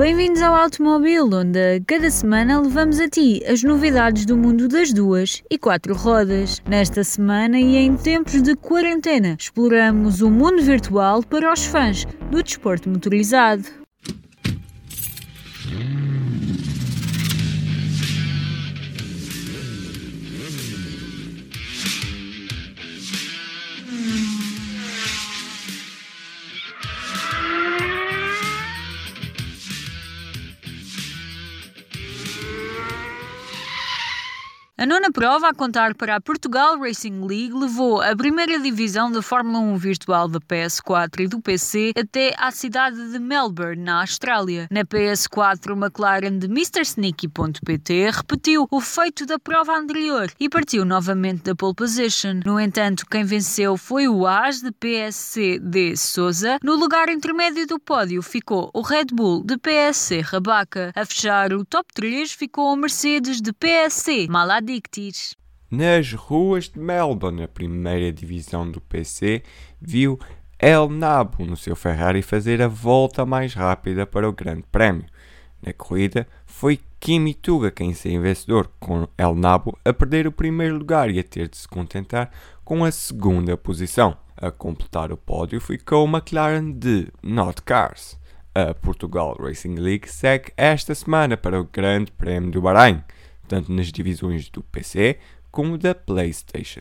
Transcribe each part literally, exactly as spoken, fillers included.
Bem-vindos ao Automóvel, onde a cada semana levamos a ti as novidades do mundo das duas e quatro rodas. Nesta semana e em tempos de quarentena, exploramos o mundo virtual para os fãs do desporto motorizado. A nona prova a contar para a Portugal Racing League levou a primeira divisão da Fórmula um virtual da P S quatro e do P C até à cidade de Melbourne, na Austrália. Na P S quatro, o McLaren de mister Sneaky ponto p t repetiu o feito da prova anterior e partiu novamente da pole position. No entanto, quem venceu foi o Haas de P S C de Sousa. No lugar intermédio do pódio ficou o Red Bull de P S C Rabaca. A fechar o top três ficou o Mercedes de P S C Maladictis. Nas ruas de Melbourne, a primeira divisão do P C viu El Nabo no seu Ferrari fazer a volta mais rápida para o Grande Prémio. Na corrida, foi Kimi Tuga quem saiu vencedor, com El Nabo a perder o primeiro lugar e a ter de se contentar com a segunda posição. A completar o pódio ficou o McLaren de Not Cars. A Portugal Racing League segue esta semana para o Grande Prémio do Bahrein, tanto nas divisões do P C como da PlayStation.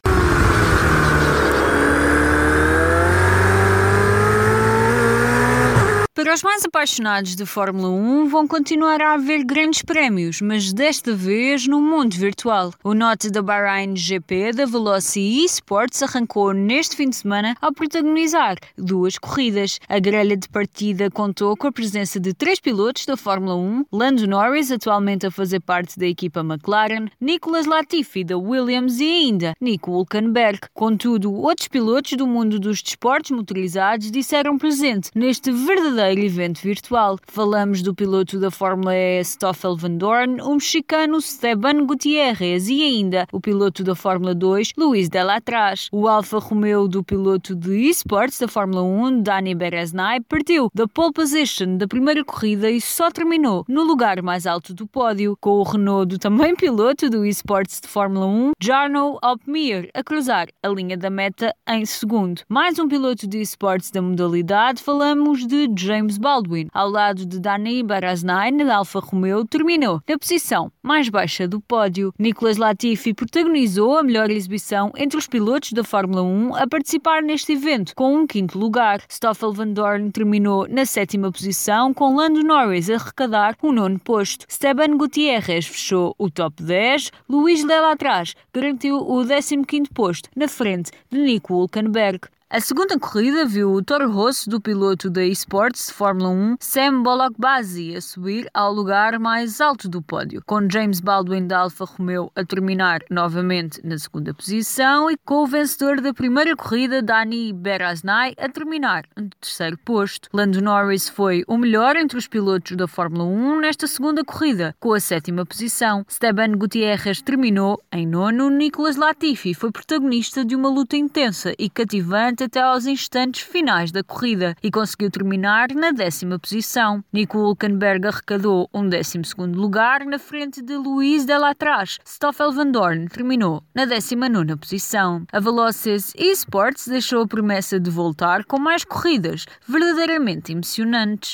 Para os mais apaixonados de Fórmula um, vão continuar a haver grandes prémios, mas desta vez no mundo virtual. O note da Bahrain G P da Veloci Esports arrancou neste fim de semana ao protagonizar duas corridas. A grelha de partida contou com a presença de três pilotos da Fórmula um, Lando Norris, atualmente a fazer parte da equipa McLaren, Nicolas Latifi da Williams e ainda Nico Hülkenberg. Contudo, outros pilotos do mundo dos desportos motorizados disseram presente neste verdadeiro evento virtual. Falamos do piloto da Fórmula E Stoffel Vandoorne, o mexicano Esteban Gutierrez e ainda o piloto da Fórmula dois, Luís de la Trace. O Alfa Romeo do piloto de eSports da Fórmula um, Dani Bereznai, partiu da pole position da primeira corrida e só terminou no lugar mais alto do pódio, com o Renault do também piloto do eSports de Fórmula um, Jarno Opmeer, a cruzar a linha da meta em segundo. Mais um piloto de eSports da modalidade, falamos de James Baldwin, ao lado de Dani Bereznai da Alfa Romeo, terminou na posição mais baixa do pódio. Nicolas Latifi protagonizou a melhor exibição entre os pilotos da Fórmula um a participar neste evento, com um quinto lugar. Stoffel Vandoorne terminou na sétima posição, com Lando Norris a arrecadar o nono posto. Esteban Gutierrez fechou o top dez, Luís de la Trace garantiu o décimo quinto posto, na frente de Nico Hülkenberg. A segunda corrida viu o Toro Rosso do piloto da eSports de Fórmula um, Sam Bolokbazi, a subir ao lugar mais alto do pódio, com James Baldwin da Alfa Romeo a terminar novamente na segunda posição e com o vencedor da primeira corrida, Dani Bereznai, a terminar no terceiro posto. Lando Norris foi o melhor entre os pilotos da Fórmula um nesta segunda corrida, com a sétima posição. Esteban Gutierrez terminou em nono. Nicolas Latifi foi protagonista de uma luta intensa e cativante até aos instantes finais da corrida e conseguiu terminar na décima posição. Nico Hülkenberg arrecadou um décimo segundo lugar na frente de Luís de la Trace. Stoffel Vandoorne terminou na décima nona posição. A Velocis Esports deixou a promessa de voltar com mais corridas verdadeiramente emocionantes.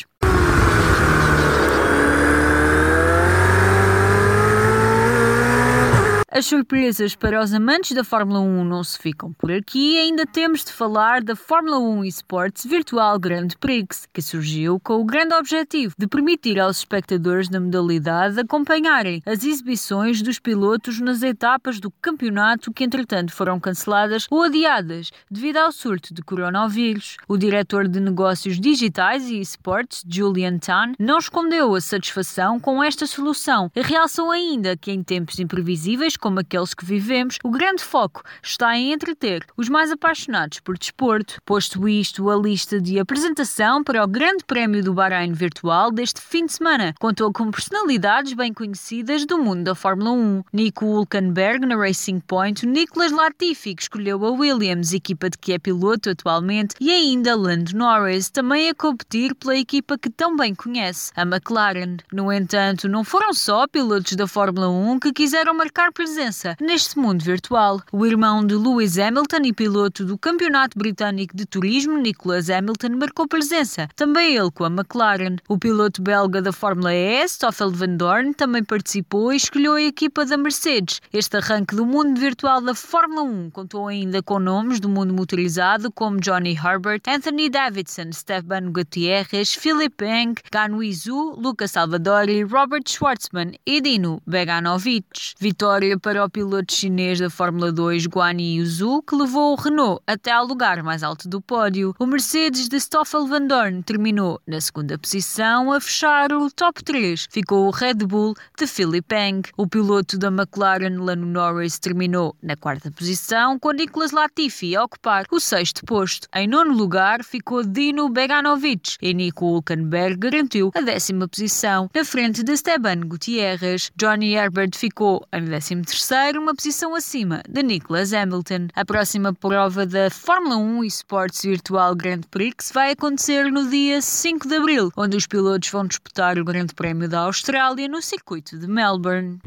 As surpresas para os amantes da Fórmula um não se ficam por aqui, ainda temos de falar da Fórmula um Esports Virtual Grand Prix, que surgiu com o grande objetivo de permitir aos espectadores da modalidade acompanharem as exibições dos pilotos nas etapas do campeonato que entretanto foram canceladas ou adiadas devido ao surto de coronavírus. O diretor de negócios digitais e esportes, Julian Tan, não escondeu a satisfação com esta solução e realçou ainda que em tempos imprevisíveis como como aqueles que vivemos, o grande foco está em entreter os mais apaixonados por desporto. Posto isto, a lista de apresentação para o Grande Prémio do Bahrein virtual deste fim de semana contou com personalidades bem conhecidas do mundo da Fórmula um. Nico Hülkenberg na Racing Point, Nicolas Latifi, que escolheu a Williams, equipa de que é piloto atualmente, e ainda Lando Norris, também a competir pela equipa que tão bem conhece, a McLaren. No entanto, não foram só pilotos da Fórmula um que quiseram marcar presença neste mundo virtual. O irmão de Lewis Hamilton e piloto do Campeonato Britânico de Turismo, Nicholas Hamilton, marcou presença, também ele com a McLaren. O piloto belga da Fórmula E, Stoffel Van Dorn, também participou e escolheu a equipa da Mercedes. Este arranque do mundo virtual da Fórmula um contou ainda com nomes do mundo motorizado como Johnny Herbert, Anthony Davidson, Esteban Gutierrez, Philipp Eng, Guanyu Zhou, Luca Salvadori, Robert Schwartzman e Dino Beganovic. Vitória para o piloto chinês da Fórmula dois, Guanyu Zhou, que levou o Renault até ao lugar mais alto do pódio. O Mercedes de Stoffel Van Dorn terminou na segunda posição. A fechar o top três ficou o Red Bull de Philipp Eng. O piloto da McLaren, Lando Norris, terminou na quarta posição, com Nicolas Latifi a ocupar o sexto posto. Em nono lugar ficou Dino Beganovic e Nico Hülkenberg garantiu a décima posição, na frente de Esteban Gutierrez. Johnny Herbert ficou em décimo terceiro, uma posição acima de Nicholas Hamilton. A próxima prova da Fórmula um Esports Virtual Grand Prix vai acontecer no dia cinco de abril, onde os pilotos vão disputar o Grande Prémio da Austrália no circuito de Melbourne.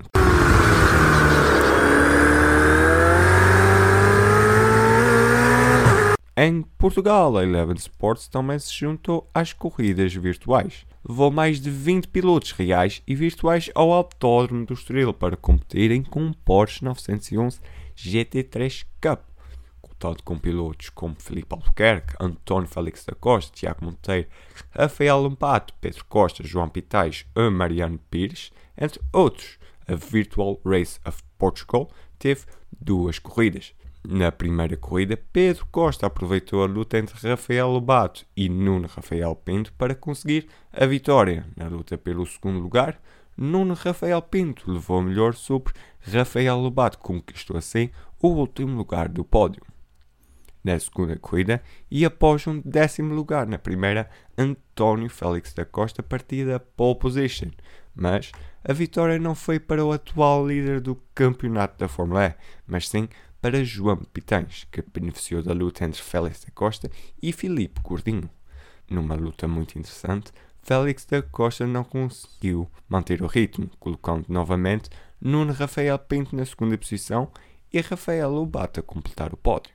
Em Portugal, a Eleven Sports também se juntou às corridas virtuais. Levou mais de vinte pilotos reais e virtuais ao Autódromo do Estoril para competirem com um Porsche novecentos e onze G T três Cup, contado com pilotos como Filipe Albuquerque, António Félix da Costa, Tiago Monteiro, Rafael Lompato, Pedro Costa, João Pitais e Mariano Pires, entre outros. A Virtual Race of Portugal teve duas corridas. Na primeira corrida, Pedro Costa aproveitou a luta entre Rafael Lobato e Nuno Rafael Pinto para conseguir a vitória. Na luta pelo segundo lugar, Nuno Rafael Pinto levou melhor sobre Rafael Lobato, conquistou assim o último lugar do pódio. Na segunda corrida, e após um décimo lugar na primeira, António Félix da Costa partia da pole position, mas a vitória não foi para o atual líder do campeonato da Fórmula E, mas sim para João Pitães, que beneficiou da luta entre Félix da Costa e Filipe Gordinho. Numa luta muito interessante, Félix da Costa não conseguiu manter o ritmo, colocando novamente Nuno Rafael Pinto na segunda posição e Rafael Lobato a completar o pódio.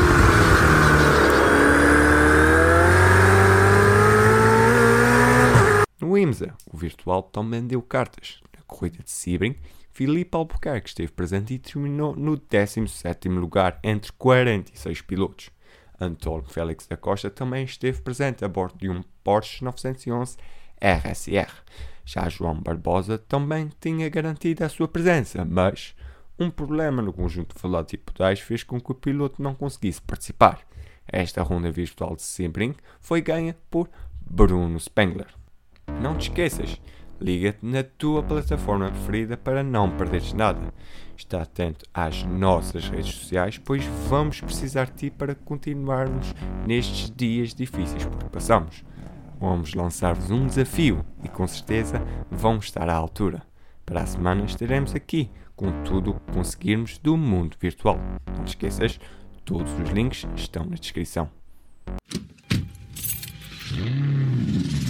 No IMSA, o virtual também deu cartas. Na corrida de Sebring, Filipe Albuquerque esteve presente e terminou no décimo sétimo lugar entre quarenta e seis pilotos. António Félix da Costa também esteve presente a bordo de um Porsche novecentos e onze R S R. Já João Barbosa também tinha garantido a sua presença, mas um problema no conjunto de velocipedais fez com que o piloto não conseguisse participar. Esta ronda virtual de Sebring foi ganha por Bruno Spengler. Não te esqueças, liga-te na tua plataforma preferida para não perderes nada. Está atento às nossas redes sociais, pois vamos precisar de ti para continuarmos nestes dias difíceis por que passamos. Vamos lançar-vos um desafio e com certeza vão estar à altura. Para a semana estaremos aqui com tudo o que conseguirmos do mundo virtual. Não te esqueças, todos os links estão na descrição.